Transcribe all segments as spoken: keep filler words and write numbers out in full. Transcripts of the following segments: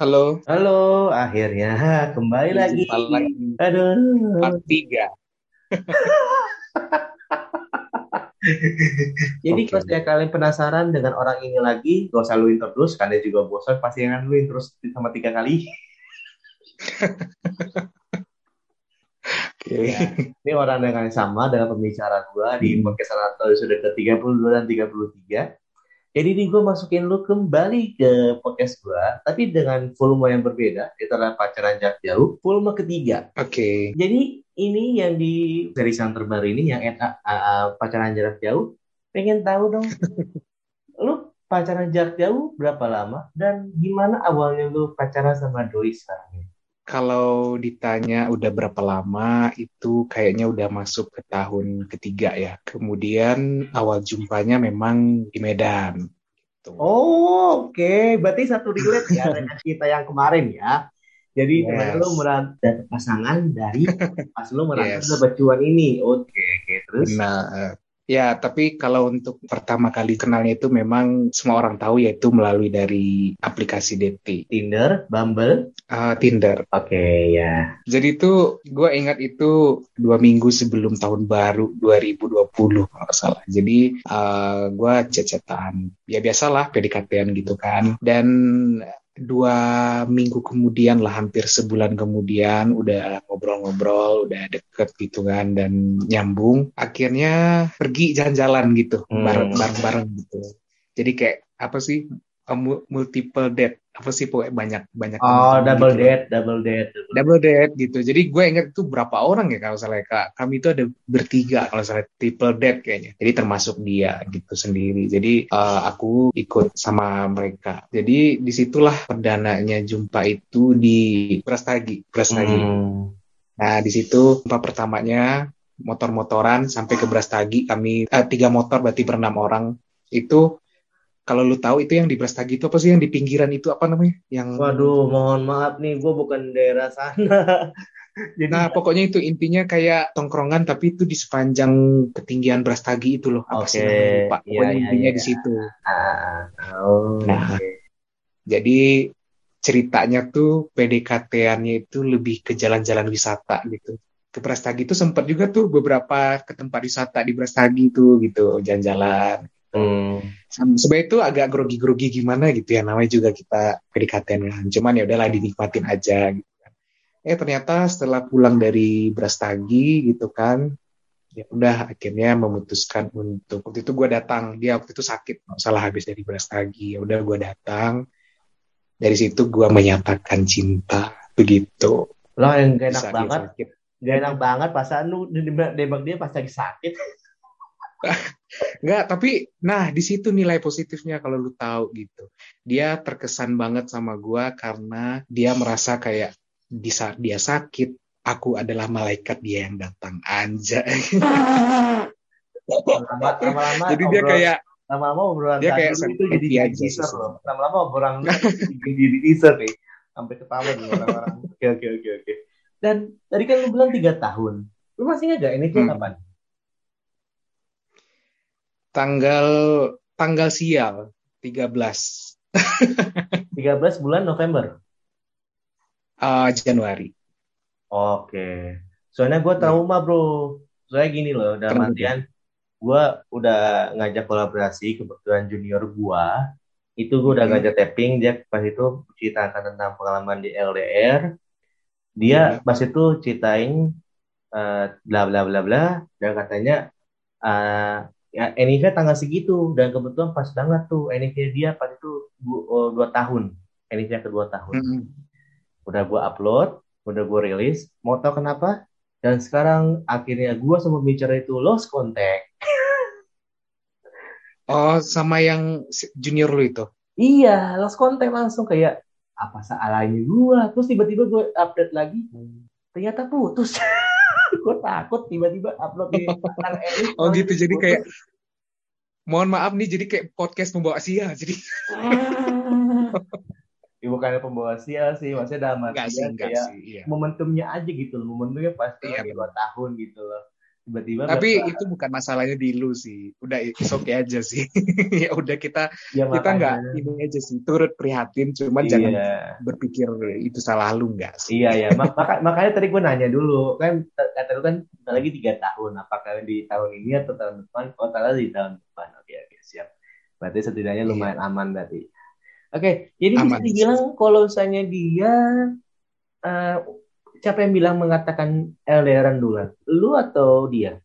Halo, Halo, akhirnya kembali lagi. jumpa lagi part Aduh. tiga. Jadi Oke, kalau saya kalian penasaran dengan orang ini lagi, gak usah lu intro terus, kalian juga bosan pasti akan lu intro sama tiga kali. Ya, oke. ini orang dengan yang sama dengan pembicara gua di Hmm. podcastAnato sudah ke tiga puluh dua dan tiga puluh tiga. Jadi ini gue masukin lu kembali ke podcast gua, tapi dengan volume yang berbeda. Itu adalah pacaran jarak jauh, volume ketiga. Oke. Jadi ini yang di series yang terbaru ini yang N A, uh, pacaran jarak jauh. Pengen tahu dong, lu pacaran jarak jauh berapa lama dan gimana awalnya lu pacaran sama Doi sekarang ini? Kalau ditanya udah berapa lama, itu kayaknya udah masuk ke tahun ketiga ya. Kemudian awal jumpanya memang di Medan. Tuh. Oh, oke. Berarti satu relate ya dengan kita yang kemarin ya. Jadi ternyata lu Yes, merantau pasangan dari pas lu merantau ke yes, Becuan ini. Oke, oke. Terus benar. Ya, tapi kalau untuk pertama kali kenalnya itu memang semua orang tahu yaitu melalui dari aplikasi dating, Tinder, Bumble. uh, Tinder. Oke, ya. Jadi tuh gue ingat itu dua minggu sebelum tahun baru dua ribu dua puluh kalau nggak salah. Jadi uh, gue chat-chatan. Ya biasalah P D K T-an gitu kan. Dan dua minggu kemudian lah hampir sebulan kemudian udah ngobrol-ngobrol, udah deket gitu kan dan nyambung. Akhirnya pergi jalan-jalan gitu Hmm. bareng-bareng gitu. Jadi kayak apa sih? Uh, multiple date apa sih pokoknya banyak banyak Oh, teman-teman double gitu loh. date, double date, double Double date. date gitu. Jadi gue inget itu berapa orang ya kalau salah kak. Kami itu ada bertiga kalau salah triple date kayaknya. Jadi termasuk dia gitu sendiri. Jadi eh, aku ikut sama mereka. Jadi disitulah perdananya jumpa itu di Brastagi. Brastagi. Hmm. Nah di situ jumpa pertamanya motor-motoran sampai ke Brastagi. Kami eh, tiga motor berarti berenam orang. Itu kalau lu tahu itu yang di Brastagi itu apa sih yang di pinggiran itu apa namanya? Yang Waduh, mohon maaf nih, gue bukan daerah sana. Jadi, Nah, pokoknya itu intinya kayak tongkrongan tapi itu di sepanjang ketinggian Brastagi itu loh. Apa oke, sih namanya lupa. iya, Pokoknya iya, iya. intinya di situ. Ah, oh, Nah, oke. jadi ceritanya tuh P D K T-annya itu lebih ke jalan-jalan wisata gitu. Ke Brastagi itu sempat juga tuh beberapa ke tempat wisata di Brastagi tuh gitu, jalan-jalan gitu. Hmm, Sam- Sebenarnya itu agak grogi-grogi gimana gitu ya, namanya juga kita P D K T-an. Cuman ya udahlah dinikmatin aja gitu. Eh ternyata setelah pulang dari Brastagi gitu kan, ya udah akhirnya memutuskan untuk waktu itu gue datang, dia waktu itu sakit nggak salah habis dari Brastagi, ya udah gue datang, dari situ gue menyatakan cinta begitu lo yang gak di enak saat dia banget, sakit. gak enak banget pasan lu nembak nembak dia pas lagi sakit. Enggak, tapi nah di situ nilai positifnya kalau lu tahu gitu, dia terkesan banget sama gue karena dia merasa kayak di saat dia sakit aku adalah malaikat dia yang datang anjay. Lama, lama-lama Jadi dia obrol, kayak lama-lama obrolan dia tadi kayak lu itu jadi sempati jadi aja sih teaser loh. sebenarnya. Lama-lama obrolan lu tadi jadi jadi teaser nih. Sampai ketawa nih orang-orang. Oke, oke, oke, oke. Dan tadi kan lu bilang tiga tahun. Lu masih ingat gak ini tuh kapan? Hmm. Tanggal tanggal sial tiga belas Tiga belas bulan November. uh, Januari. Oke. Soalnya gue Ya, trauma bro. Soalnya gini loh, dalam kenapa tuh? artian gue udah ngajak kolaborasi kebetulan junior gue itu gue udah Hmm. ngajak tapping dia pas itu ceritakan tentang pengalaman di L D R. Dia Ya. pas itu ceritain eh, bla bla bla bla dan katanya eh ya Enivia tanggal segitu dan kebetulan pas banget tuh Enivia dia pas itu du- oh, dua tahun Enivia kedua tahun Hmm. udah gue upload udah gue rilis mau tau kenapa dan sekarang akhirnya gue sama bicara itu lost contact. Oh, sama yang si- junior lu itu. Iya, lost contact langsung kayak apa salahnya gue terus tiba-tiba gue update lagi ternyata putus. Gue takut tiba-tiba upload di tentang Enif Oh kalau gitu. jadi Jadi putus. kayak mohon maaf nih jadi kayak podcast membawa sia. Jadi Ya, bukannya pembawa sial sih, maksudnya dalam enggak sih, artian enggak kayak sih. Iya. momentumnya aja gitu loh, momentumnya pas Iya lagi dua benar. tahun gitu loh. Tiba-tiba Tapi bapak, itu bukan masalahnya di lu sih. Udah it's okay aja sih. Ya udah kita ya kita makanya, nggak ini aja sih turut prihatin, cuman jangan iya, berpikir itu salah lu nggak sih. iya ya. Mak- maka, makanya tadi gue nanya dulu, kan kata lu kan bentar lagi tiga tahun, apakah di tahun ini atau tahun depan? Oh, ternyata di tahun depan. Oke, oke, siap. Berarti setidaknya Iya, lumayan aman berarti. Oke, jadi bisa aman dibilang sih. kalau misalnya dia, eh, siapa yang bilang mengatakan L D R-an duluan? Lu atau dia?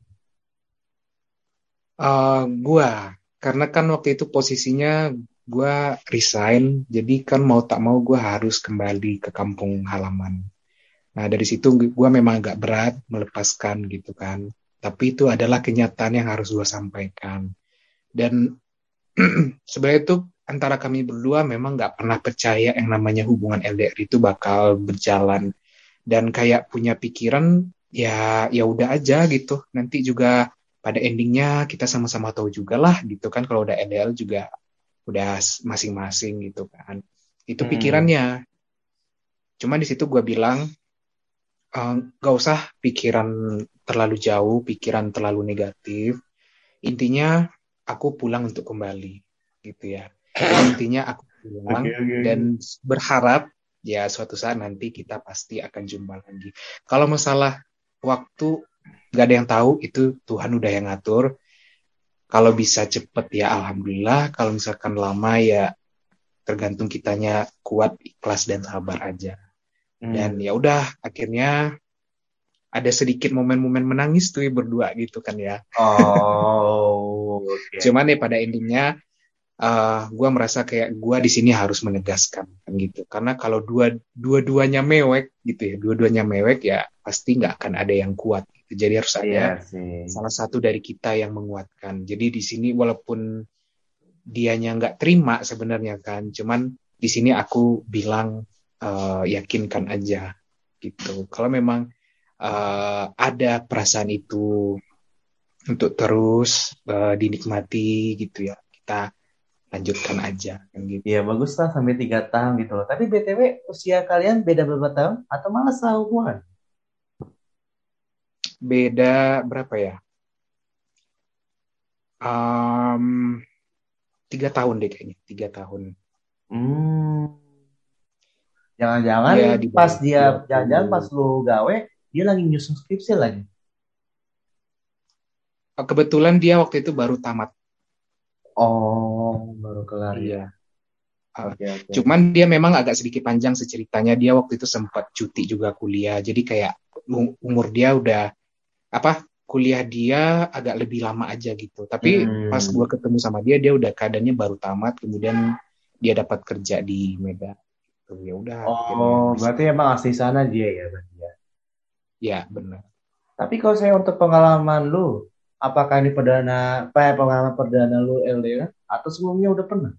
Eh, gua karena kan waktu itu posisinya gua resign, jadi kan mau tak mau gua harus kembali ke kampung halaman. Nah dari situ gua memang agak berat melepaskan gitu kan. Tapi itu adalah kenyataan yang harus gua sampaikan. Dan sebenarnya itu antara kami berdua memang nggak pernah percaya yang namanya hubungan L D R itu bakal berjalan dan kayak punya pikiran ya ya udah aja gitu nanti juga pada endingnya kita sama-sama tahu juga lah gitu kan kalau udah L D R juga udah masing-masing gitu kan itu Hmm. pikirannya cuma di situ gue bilang eh, nggak usah pikiran terlalu jauh pikiran terlalu negatif intinya aku pulang untuk kembali gitu ya. Jadi intinya aku pulang Oke, oke, dan oke. berharap ya suatu saat nanti kita pasti akan jumpa lagi. Kalau masalah waktu gak ada yang tahu itu Tuhan udah yang ngatur. Kalau bisa cepet ya alhamdulillah. Kalau misalkan lama ya tergantung kitanya kuat, ikhlas dan sabar aja. Dan Hmm. ya udah akhirnya ada sedikit momen-momen menangis tuh ya berdua gitu kan ya. Oh, oke. Cuman ya pada endingnya uh, gue merasa kayak gue di sini harus menegaskan kan gitu karena kalau dua dua-duanya mewek gitu ya dua-duanya mewek ya pasti nggak akan ada yang kuat gitu. Jadi harus ada Iya sih. salah satu dari kita yang menguatkan jadi di sini walaupun dianya nggak terima sebenarnya kan cuman di sini aku bilang uh, yakinkan aja gitu kalau memang uh, ada perasaan itu untuk terus uh, dinikmati gitu ya kita lanjutkan aja kan gitu. Iya, bagus lah sampai tiga tahun gitu loh. Tapi B T W, usia kalian beda berapa tahun? Atau malah sehubungan? Beda berapa ya? Um, tiga tahun deh kayaknya, tiga tahun. Hmm, jangan-jangan Dia di pas bawah dia, dua jangan-jangan pas puluh. lu gawe, dia lagi nyusun skripsi lagi. Kebetulan dia waktu itu baru tamat. Oh, baru kelar ya. Iya. Uh, Oke, oke. cuman dia memang agak sedikit panjang seceritanya. Dia waktu itu sempat cuti juga kuliah. Jadi kayak umur dia udah apa? Kuliah dia agak lebih lama aja gitu. Tapi pas Hmm. gua ketemu sama dia, dia udah keadaannya baru tamat. Kemudian dia dapat kerja di Medan. Tuh, ya udah akhirnya Oh, bisa. berarti emang asli sana dia ya, berarti ya. Ya benar. Tapi kalau saya untuk pengalaman lu, apakah ini perdana, apa ya, pengalaman perdana lu L D R? Atau sebelumnya udah pernah?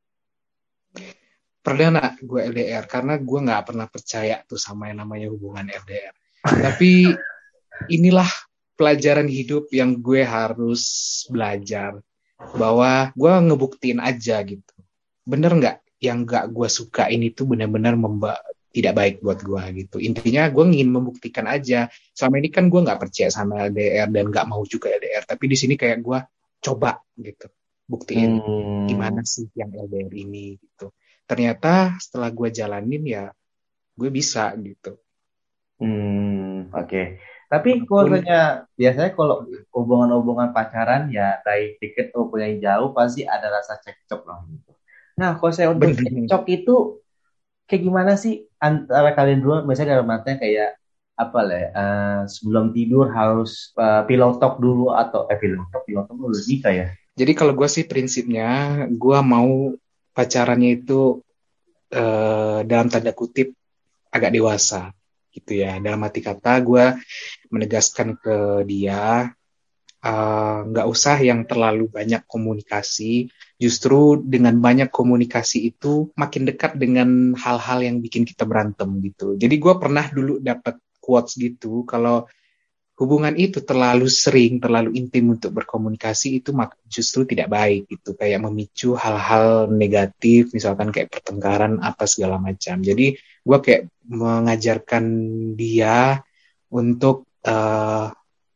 Perdana gue L D R karena gue nggak pernah percaya tuh sama yang namanya hubungan L D R. Tapi inilah pelajaran hidup yang gue harus belajar bahwa gue ngebuktiin aja gitu. Bener nggak yang nggak gue suka ini tuh benar-benar memba tidak baik buat gue gitu. Intinya gue ingin membuktikan aja. Selama ini kan gue nggak percaya sama L D R dan nggak mau juga L D R. Tapi di sini kayak gue coba gitu buktiin Hmm. gimana sih yang L D R ini gitu. Ternyata setelah gue jalanin ya gue bisa gitu. Hmm, oke. Tapi kalau Walaupun misalnya biasanya kalau hubungan-hubungan pacaran ya baik deket maupun yang jauh pasti ada rasa cekcok lah gitu. Nah, kalau saya untuk bener cekcok itu kayak gimana sih antara kalian dua? Misalnya dalam artinya kayak apa lah ya, eh, sebelum tidur harus uh, pillow talk dulu atau eh pillow talk, pillow talk dulu nikah ya. jadi kalau gue sih prinsipnya gue mau pacarannya itu eh, dalam tanda kutip agak dewasa gitu ya. Dalam arti kata gue menegaskan ke dia eh, nggak uh, usah yang terlalu banyak komunikasi. Justru dengan banyak komunikasi itu makin dekat dengan hal-hal yang bikin kita berantem gitu. Jadi gue pernah dulu dapat quotes gitu kalau hubungan itu terlalu sering, terlalu intim untuk berkomunikasi itu justru tidak baik gitu, kayak memicu hal-hal negatif, misalkan kayak pertengkaran apa segala macam. Jadi gue kayak mengajarkan dia untuk uh,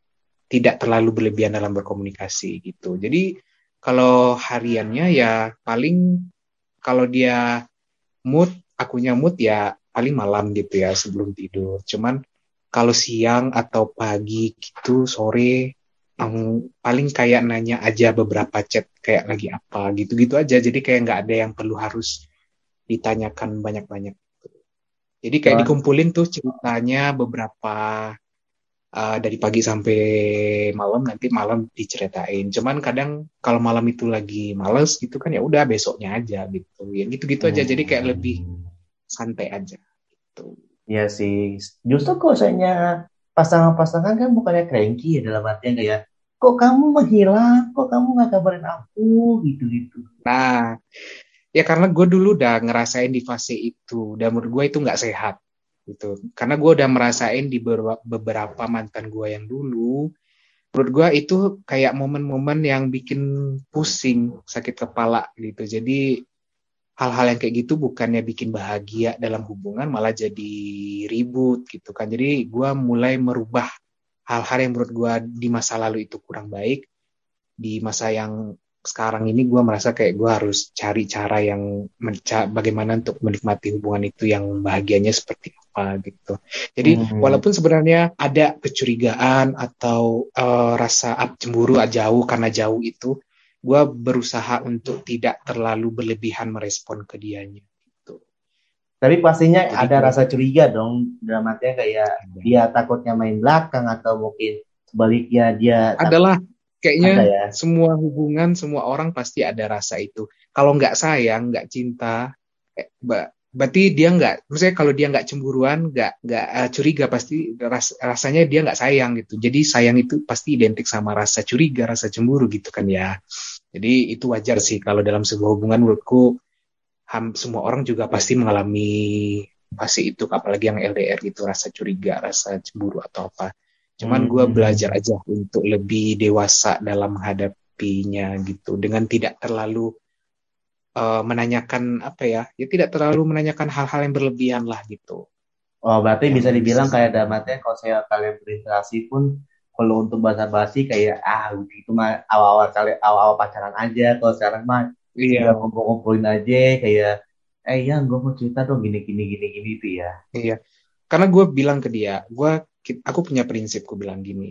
tidak terlalu berlebihan dalam berkomunikasi gitu. Jadi kalau hariannya ya paling kalau dia mood, akunya mood ya paling malam gitu ya sebelum tidur. Cuman kalau siang atau pagi gitu, sore, ang- paling kayak nanya aja beberapa chat kayak lagi apa gitu-gitu aja. Jadi kayak nggak ada yang perlu harus ditanyakan banyak-banyak. Jadi kayak Wah, dikumpulin tuh ceritanya beberapa uh, dari pagi sampai malam, nanti malam diceritain. Cuman kadang kalau malam itu lagi males gitu kan ya udah besoknya aja gitu. Ya gitu-gitu aja. Jadi kayak lebih hmm, santai aja gitu. ya sih. Justru kok saya pasangan-pasangan kan bukannya cranky ya dalam artian kayak, kok kamu menghilang, kok kamu nggak kabarin aku, gitu-gitu. Nah, ya karena gue dulu udah ngerasain di fase itu, dan menurut gue itu nggak sehat gitu. Karena gue udah merasain di beberapa, beberapa mantan gue yang dulu, menurut gue itu kayak momen-momen yang bikin pusing, sakit kepala gitu. Jadi hal-hal yang kayak gitu bukannya bikin bahagia dalam hubungan, malah jadi ribut gitu kan. Jadi gue mulai merubah hal-hal yang menurut gue di masa lalu itu kurang baik, di masa yang sekarang ini gue merasa kayak gue harus cari cara yang menca- bagaimana untuk menikmati hubungan itu yang bahagianya seperti apa gitu. Jadi Hmm. walaupun sebenarnya ada kecurigaan atau eh, rasa up cemburu jauh karena jauh itu, gue berusaha untuk tidak terlalu berlebihan merespon ke dianya gitu. Tapi pastinya Jadi ada kayak rasa curiga dong, dalam artinya kayak ada. dia takutnya main belakang atau mungkin sebaliknya dia takut Adalah ada kayaknya ya. semua hubungan, semua orang pasti ada rasa itu. Kalau nggak sayang, nggak cinta, eh, ba- berarti dia nggak, maksudnya kalau dia nggak cemburuan, nggak nggak eh, curiga, pasti ras- rasanya dia nggak sayang gitu. Jadi sayang itu pasti identik sama rasa curiga, rasa cemburu gitu kan ya. Jadi itu wajar sih kalau dalam sebuah hubungan, menurutku ham, semua orang juga pasti mengalami fase itu, apalagi yang L D R gitu, rasa curiga, rasa cemburu atau apa. Cuman gue belajar Hmm. aja untuk lebih dewasa dalam menghadapinya gitu, dengan tidak terlalu eh, menanyakan apa ya, ya tidak terlalu menanyakan hal-hal yang berlebihan lah gitu, Oh, berarti yang bisa dibilang kayak dalam sifatnya. artian kalau saya kalian berinteraksi pun kalau untuk bahasa basi kayak ah itu mah awal-awal kali awal-awal pacaran aja. Kalau sekarang mah Iya, udah ngumpul-ngumpulin aja kayak eh ya gue mau cerita dong gini gini gini gini tuh ya. iya. Karena gue bilang ke dia, gue, aku punya prinsip, gue bilang gini,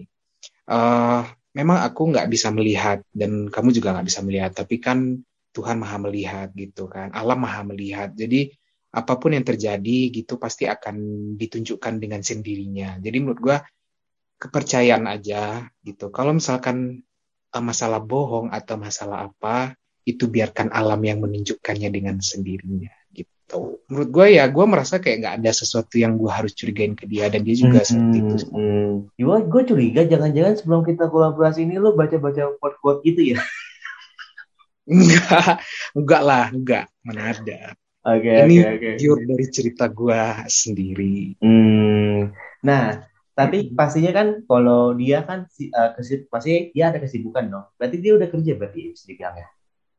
eh memang aku nggak bisa melihat dan kamu juga nggak bisa melihat, tapi kan Tuhan maha melihat gitu kan, Allah maha melihat. Jadi apapun yang terjadi gitu pasti akan ditunjukkan dengan sendirinya. Jadi menurut gua kepercayaan aja gitu. Kalau misalkan eh, masalah bohong atau masalah apa, itu biarkan alam yang menunjukkannya dengan sendirinya gitu. Menurut gue ya, gue merasa kayak nggak ada sesuatu yang gue harus curigain ke dia, dan dia juga seperti itu. Hmm, hmm. Gue gue curiga jangan-jangan sebelum kita kolaborasi ini lo baca-baca quote-quote gitu ya. Enggak, enggak lah, enggak. Mana ada. Oke Ini oke oke. pure dari cerita gue sendiri. Hmm. Nah, tapi pastinya kan kalau dia kan si, eh, kesib- pasti dia ada kesibukan dong. Berarti dia udah kerja berarti bisa dibilang ya.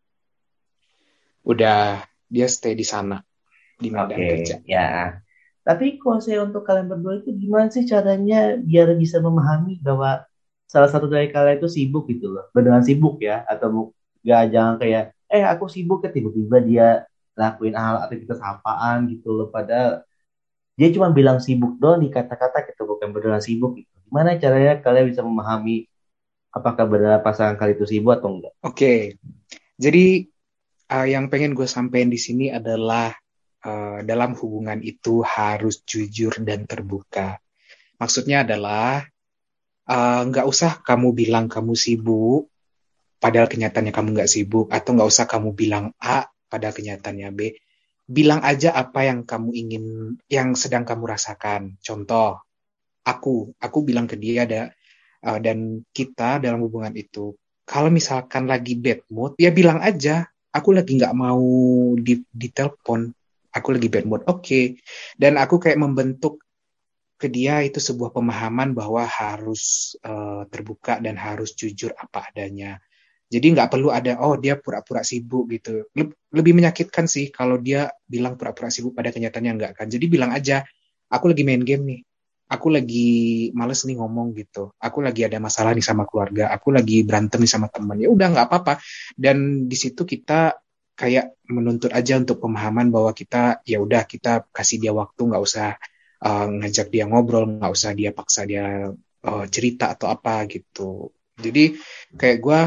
Udah, dia stay di sana, di Oke, Medan kerja. ya. Tapi kalau saya untuk kalian berdua itu gimana sih caranya biar bisa memahami bahwa salah satu dari kalian itu sibuk gitu loh. Beneran sibuk ya. Atau mu- nggak jangan kayak, eh aku sibuk ya tiba-tiba dia lakuin hal aktivitas apaan gitu loh. Padahal dia cuma bilang sibuk doang di kata-kata gitu. Bukan beneran sibuk gitu. Gimana caranya kalian bisa memahami apakah benar pasangan kalian itu sibuk atau enggak? Oke, jadi uh, yang pengen gue sampaikan di sini adalah uh, dalam hubungan itu harus jujur dan terbuka. Maksudnya adalah uh, nggak usah kamu bilang kamu sibuk, padahal kenyataannya kamu nggak sibuk, atau nggak usah kamu bilang A, padahal kenyataannya B. Bilang aja apa yang kamu ingin, yang sedang kamu rasakan. Contoh, aku, aku bilang ke dia ada, uh, dan kita dalam hubungan itu, kalau misalkan lagi bad mood, ya bilang aja, aku lagi nggak mau di, ditelepon, aku lagi bad mood, oke. Okay. Dan aku kayak membentuk ke dia itu sebuah pemahaman bahwa harus uh, terbuka dan harus jujur apa adanya. Jadi nggak perlu ada, oh dia pura-pura sibuk gitu. Lebih menyakitkan sih kalau dia bilang pura-pura sibuk pada kenyataannya enggak kan. Jadi bilang aja, aku lagi main game nih. aku lagi males nih ngomong gitu. Aku lagi ada masalah nih sama keluarga. Aku lagi berantem nih sama teman. Ya udah nggak apa-apa. Dan di situ kita kayak menuntut aja untuk pemahaman bahwa kita ya udah kita kasih dia waktu, nggak usah uh, ngajak dia ngobrol, nggak usah dia paksa dia uh, cerita atau apa gitu. Jadi kayak gue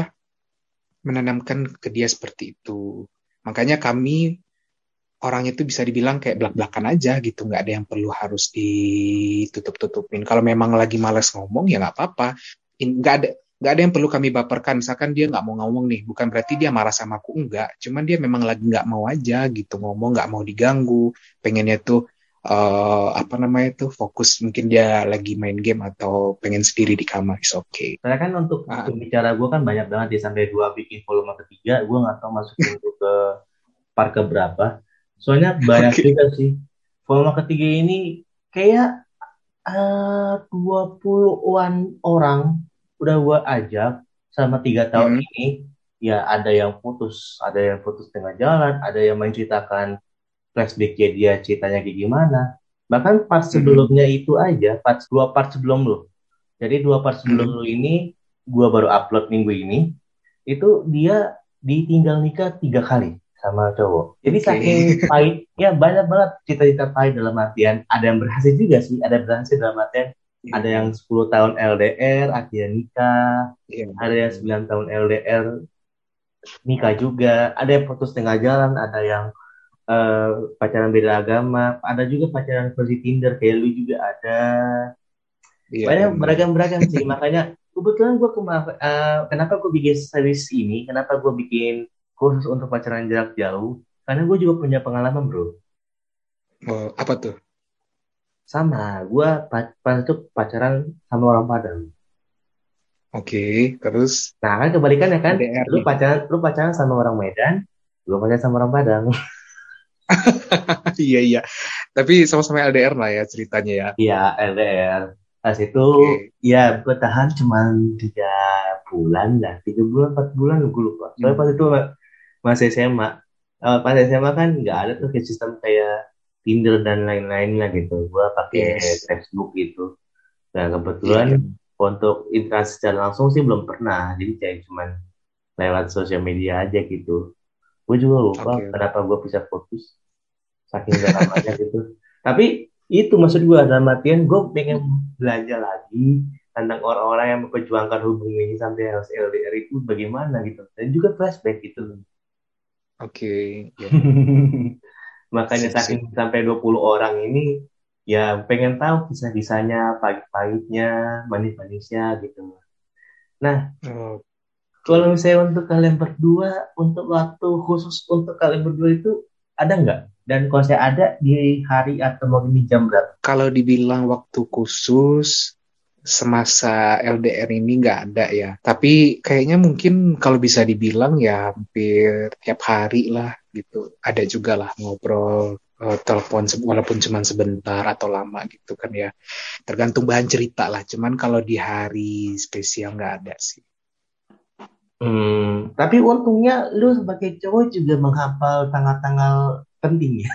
menanamkan ke dia seperti itu. Makanya kami orang itu bisa dibilang kayak belak-belakan aja gitu, nggak ada yang perlu harus ditutup-tutupin. Kalau memang lagi males ngomong ya nggak apa-apa. In- nggak ada nggak ada yang perlu kami baperkan. Misalkan dia nggak mau ngomong nih, bukan berarti dia marah sama aku, enggak. Cuman dia memang lagi nggak mau aja gitu ngomong, nggak mau diganggu. Pengennya tuh eh, apa namanya tuh fokus, mungkin dia lagi main game atau pengen sendiri di kamar, is okay. Karena kan untuk Ah, pembicara gue kan banyak banget ya sampai gue bikin volume ketiga, gue nggak tahu masukin itu ke part keberapa. Soalnya banyak oke. juga sih. Volume ketiga ini kayak eh, dua puluhan orang udah gue ajak selama tiga tahun Hmm, ini. Ya ada yang putus, ada yang putus tengah jalan, ada yang menceritakan flashbacknya dia ceritanya kayak gimana. Bahkan part hmm, sebelumnya itu aja, part dua part sebelum lo. Jadi dua part sebelum hmm. lu ini, gua baru upload minggu ini. Itu dia ditinggal nikah tiga kali sama cowok. Jadi Oke. saking pahitnya banyak banget cerita-cerita pahit dalam artian. Ada yang berhasil juga sih, ada yang berhasil dalam artian. Ada yang Iya, sepuluh tahun L D R, akhirnya nikah. iya, Ada yang betul. sembilan tahun L D R, nikah juga. Ada yang putus tengah jalan, ada yang eh, pacaran beda agama. Ada juga pacaran versi Tinder, kayak lu juga ada. Iya, Banyak benar. beragam-beragam sih, makanya kebetulan gue kema- eh, kenapa gue bikin series ini, kenapa gue bikin khusus untuk pacaran jarak jauh, karena gue juga punya pengalaman bro. Oh, apa tuh? Sama gue pa- pas itu pacaran sama orang Padang. Oke, terus Nah kan kebalikannya kan, L D R lu nih. pacaran lu pacaran sama orang Medan, gue pacaran sama orang Padang. Iya, iya. Tapi sama-sama L D R lah ya ceritanya ya. Iya, L D R. Pas itu Oke. ya gue tahan cuman tiga bulan lah, tiga bulan empat bulan gue lupa. Soalnya pas Hmm. itu masih S M A. Eh, pas S M A kan nggak ada tuh kayak sistem kayak Tinder dan lain-lainnya gitu. Gua pakai Yes. Facebook gitu. Nah Iya, kebetulan iya. untuk interaksi secara langsung sih belum pernah. Jadi kayak cuman lewat sosial media aja gitu. Gue juga lupa Oke. kenapa gue bisa fokus saking udah lamanya gitu. Tapi itu maksud gue dalam artian gue pengen belajar lagi tentang orang-orang yang memperjuangkan hubungan ini sampai harus L D R itu bagaimana gitu. Dan juga flashback gitu. Oke. Iya, iya. Makanya Sip, saking sip. sampai dua puluh orang ini ya pengen tahu kisah-kisahnya, pahit-pahitnya, manis-manisnya gitu. Nah, kalau Oke. misalnya untuk kalian berdua, untuk waktu khusus untuk kalian berdua itu ada nggak? Dan kalau saya ada di hari atau mungkin di jam berapa? Kalau dibilang waktu khusus semasa L D R ini nggak ada ya. Tapi kayaknya mungkin kalau bisa dibilang ya hampir tiap hari lah gitu. Ada juga lah ngobrol eh, telepon se- walaupun cuma sebentar atau lama gitu kan ya. Tergantung bahan cerita lah. Cuman kalau di hari spesial nggak ada sih. Hmm, tapi untungnya lu sebagai cowok juga menghafal tanggal-tanggal penting ya.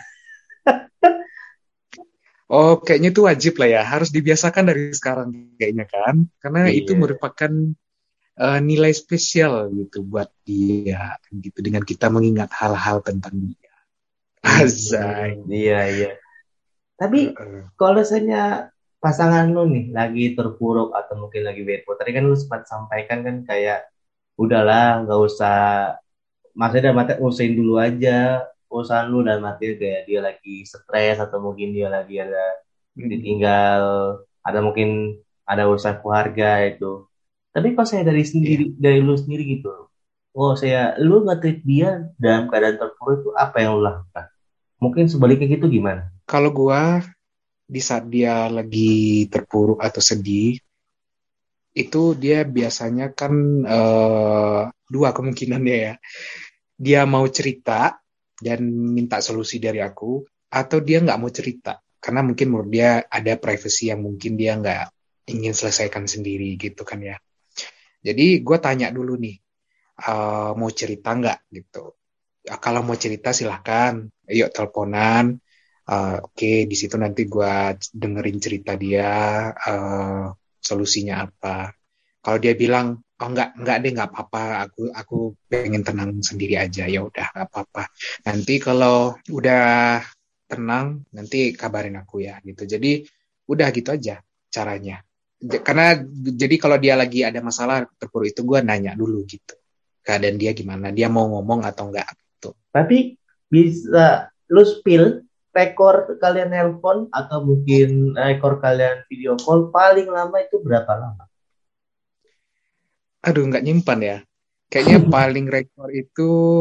Oh, kayaknya itu wajib lah ya. Harus dibiasakan dari sekarang kayaknya kan. Karena itu Iya. merupakan eh, nilai spesial gitu buat dia gitu dengan kita mengingat hal-hal tentang dia. Azai. Hmm, iya, iya. Tapi Heeh. kalau misalnya pasangan lu nih lagi terpuruk atau mungkin lagi bad mood, tadi kan lu sempat sampaikan kan kayak udahlah nggak usah, maksudnya dalam arti usahain dulu aja urusan lu dan mati kayak dia lagi stres atau mungkin dia lagi ada Mm, ditinggal, ada mungkin ada urusan keluarga itu. Tapi kalau saya dari sendiri iya. dari lu sendiri gitu, oh saya lu nge-treat dia dalam keadaan terpuruk itu apa yang lu lakukan? Mungkin sebaliknya gitu gimana? Kalau gua di saat dia lagi terpuruk atau sedih, itu dia biasanya kan eh, dua kemungkinannya ya. Dia mau cerita dan minta solusi dari aku, atau dia nggak mau cerita karena mungkin menurut dia ada privacy yang mungkin dia nggak ingin selesaikan sendiri gitu kan ya. Jadi gue tanya dulu nih, eh, mau cerita nggak gitu. Ya, kalau mau cerita silahkan, yuk teleponan. Uh, Oke, di situ nanti gue dengerin cerita dia, uh, solusinya apa. Kalau dia bilang, oh enggak, enggak deh, enggak apa-apa, aku aku pengen tenang sendiri aja, ya udah, enggak apa-apa. Nanti kalau udah tenang, nanti kabarin aku ya, gitu. Jadi udah gitu aja caranya. J- Karena jadi kalau dia lagi ada masalah terpuruk itu gue nanya dulu gitu, keadaan dia gimana, dia mau ngomong atau enggak gitu. Tapi bisa lu spill rekor kalian nelpon atau mungkin rekor kalian video call paling lama itu berapa lama? Aduh, nggak nyimpan ya. Kayaknya paling rekor itu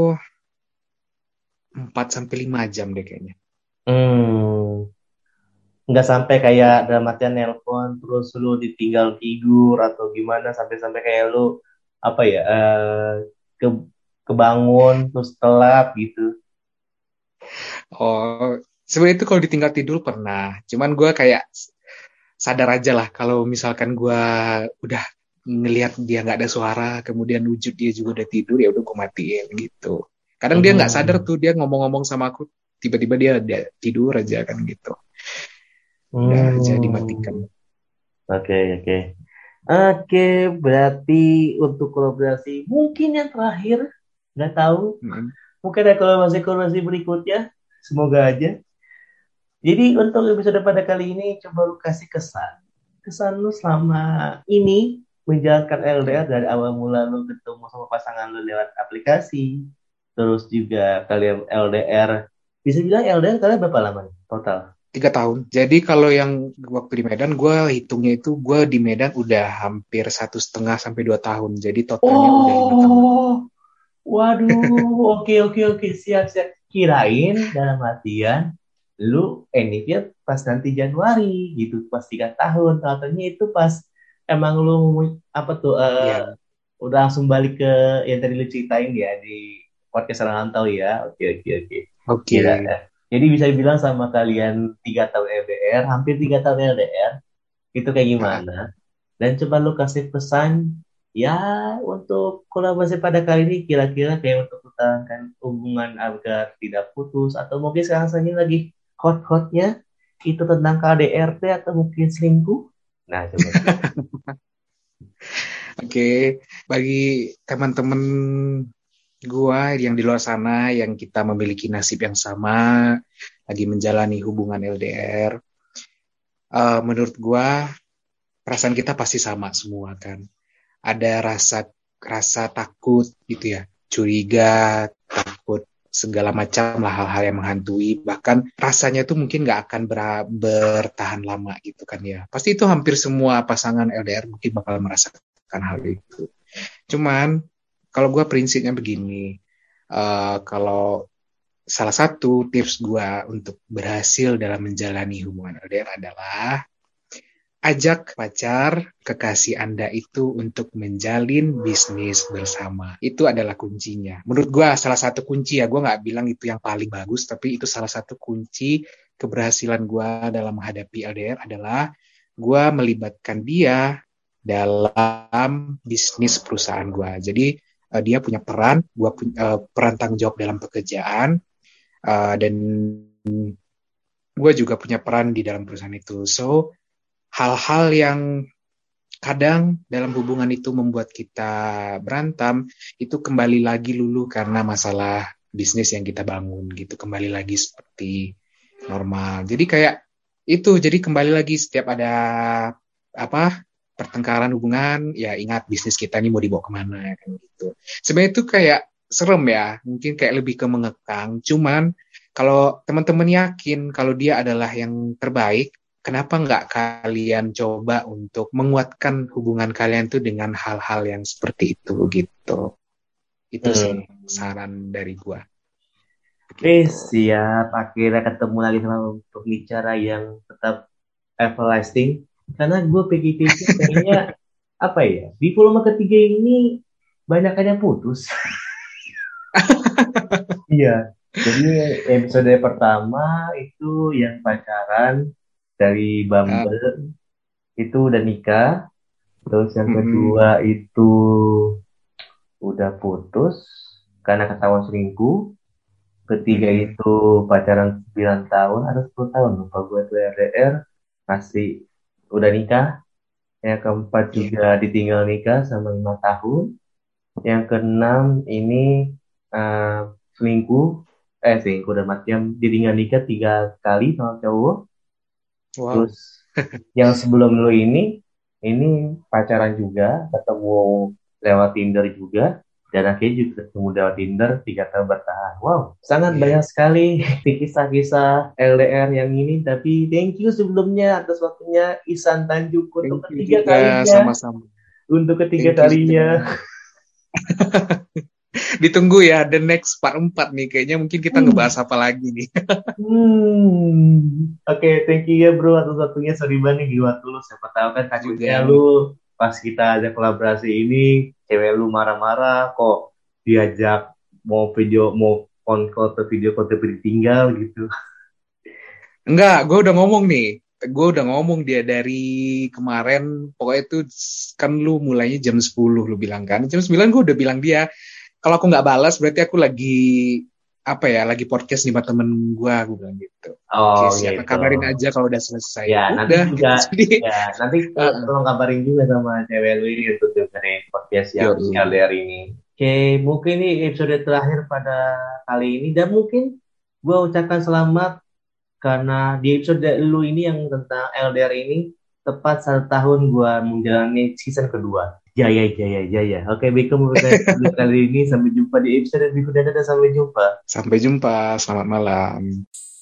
empat sampai lima jam deh kayaknya. Hmm, nggak sampai kayak dalam artian nelpon terus lu ditinggal tidur atau gimana sampai-sampai kayak lu apa ya eh, ke kebangun terus telat gitu. Oh, sebenarnya itu kalau ditinggal tidur pernah. Cuman gue kayak sadar aja lah kalau misalkan gue udah ngelihat dia nggak ada suara, kemudian wujud dia juga udah tidur, ya udah gue matiin gitu. Kadang dia nggak sadar Hmm. tuh, dia ngomong-ngomong sama aku, tiba-tiba dia, dia tidur aja kan gitu. Udah aja dimatikan. Hmm. Oke, oke. Oke, berarti untuk kolaborasi mungkin yang terakhir, nggak tahu, Mm. mungkin ada kolaborasi-kolaborasi berikutnya, semoga aja. Jadi untuk episode pada kali ini coba lu kasih kesan, kesan lu selama ini menjalankan L D R dari awal mula lu ketemu sama pasangan lu lewat aplikasi, terus juga kalian L D R, bisa bilang L D R kalian berapa lama nih total? Tiga tahun. Jadi kalau yang waktu di Medan, gue hitungnya itu gue di Medan udah hampir satu setengah sampai dua tahun. Jadi totalnya udah lima tahun. Oh, waduh, oke oke oke siap siap. Kirain dalam artian lu enaknya pas nanti Januari gitu, pas tiga tahun. Katanya itu pas emang lu apa tuh eh, Iya. udah langsung balik ke yang tadi lu ceritain ya di podcast Rantau ya. Oke oke oke. Oke. Kira. eh. Jadi bisa bilang sama kalian tiga tahun L D R, hampir tiga tahun L D R, itu kayak Ah, gimana? Dan coba lu kasih pesan ya untuk kolaborasi pada kali ini kira-kira kayak untuk mempertahankan hubungan agar tidak putus atau mungkin sekarang saja lagi hot-hotnya itu tentang K D R T atau mungkin selingkuh. Nah, coba coba. Oke, bagi teman-teman gua yang di luar sana yang kita memiliki nasib yang sama, lagi menjalani hubungan L D R, eh, menurut gua perasaan kita pasti sama semua kan. Ada rasa rasa takut gitu ya, curiga, takut segala macam lah hal-hal yang menghantui. Bahkan rasanya tuh mungkin nggak akan ber- bertahan lama gitu kan ya. Pasti itu hampir semua pasangan L D R mungkin bakal merasakan hal itu. Cuman kalau gue prinsipnya begini, eh, kalau salah satu tips gue untuk berhasil dalam menjalani hubungan L D R adalah ajak pacar, kekasih Anda itu untuk menjalin bisnis bersama. Itu adalah kuncinya. Menurut gue salah satu kunci ya, gue nggak bilang itu yang paling bagus, tapi itu salah satu kunci keberhasilan gue dalam menghadapi L D R adalah gue melibatkan dia dalam bisnis perusahaan gue. Jadi uh, dia punya peran, gue punya uh, peran tanggung jawab dalam pekerjaan, uh, dan gue juga punya peran di dalam perusahaan itu. So hal-hal yang kadang dalam hubungan itu membuat kita berantem, itu kembali lagi dulu karena masalah bisnis yang kita bangun gitu, kembali lagi seperti normal. Jadi kayak itu, jadi kembali lagi setiap ada apa pertengkaran hubungan, ya ingat bisnis kita ini mau dibawa kemana kan gitu. Sebenarnya itu kayak serem ya, mungkin kayak lebih ke mengekang. Cuman kalau teman-teman yakin kalau dia adalah yang terbaik, kenapa nggak kalian coba untuk menguatkan hubungan kalian tuh dengan hal-hal yang seperti itu gitu. Itu sih Hmm. saran dari gua Eh, gitu. siap. Akhirnya ketemu lagi sama untuk bicara yang tetap everlasting. Karena gue pikir-pikir kayaknya apa ya di volume ketiga ini banyak yang putus. Iya. Jadi episode pertama itu yang pacaran dari Ah, Bumble itu udah nikah. Terus yang mm-mm, kedua itu udah putus karena ketahuan selingkuh. Ketiga Mm-mm. itu pacaran sembilan tahun atau sepuluh tahun, lupa gue tuh L D R, masih udah nikah. Yang keempat Iya. juga ditinggal nikah sama lima tahun. Yang keenam ini eh, selingkuh, eh selingkuh dan macam ditinggal nikah tiga kali sama cowok. Terus Wow. yang sebelum lu ini, ini pacaran juga, ketemu lewat Tinder juga, dan akhirnya juga ketemu lewat Tinder tiga tahun bertahan. Wow, sangat Iya. banyak sekali kisah-kisah L D R yang ini. Tapi thank you sebelumnya atas waktunya Isan Tanjung untuk Thank you ketiga juga, kalinya. sama-sama. Untuk ketiga Thank you juga. kalinya. Ditunggu ya, the next part empat nih. Kayaknya mungkin kita Hmm. ngebahas apa lagi nih. Hmm. Oke, thank you ya bro atas waktunya. Sorry banget nih waktu lu. Siapa tahu kan takutnya Juga. lu pas kita ada kolaborasi ini, cewek lu marah-marah kok diajak mau video, mau on call atau video call tapi ditinggal gitu. Enggak, gue udah ngomong nih. Gue udah ngomong dia dari kemarin. Pokoknya itu kan lu mulainya jam sepuluh lu bilang kan. Jam sembilan gue udah bilang dia. Kalau aku nggak balas berarti aku lagi apa ya, lagi podcast nih sama temen gue. Gue bilang gitu. Oke, Oh siap. gitu. Kabarin aja kalau udah selesai. Ya, nanti Udah juga gitu. Jadi, ya nanti to- uh, tolong kabarin juga sama cewek lu ini untuk dengerin podcast yang yoi. L D R ini. Oke, mungkin ini episode terakhir pada kali ini dan mungkin gua ucapkan selamat karena di episode lu ini yang tentang L D R ini tepat satu tahun gua menjalani season kedua. Jaya, jaya, jaya. Oke, baiklah memberikan episode kali ini. Sampai jumpa di episode berikutnya. Dadah, sampai jumpa. Sampai jumpa. Selamat malam.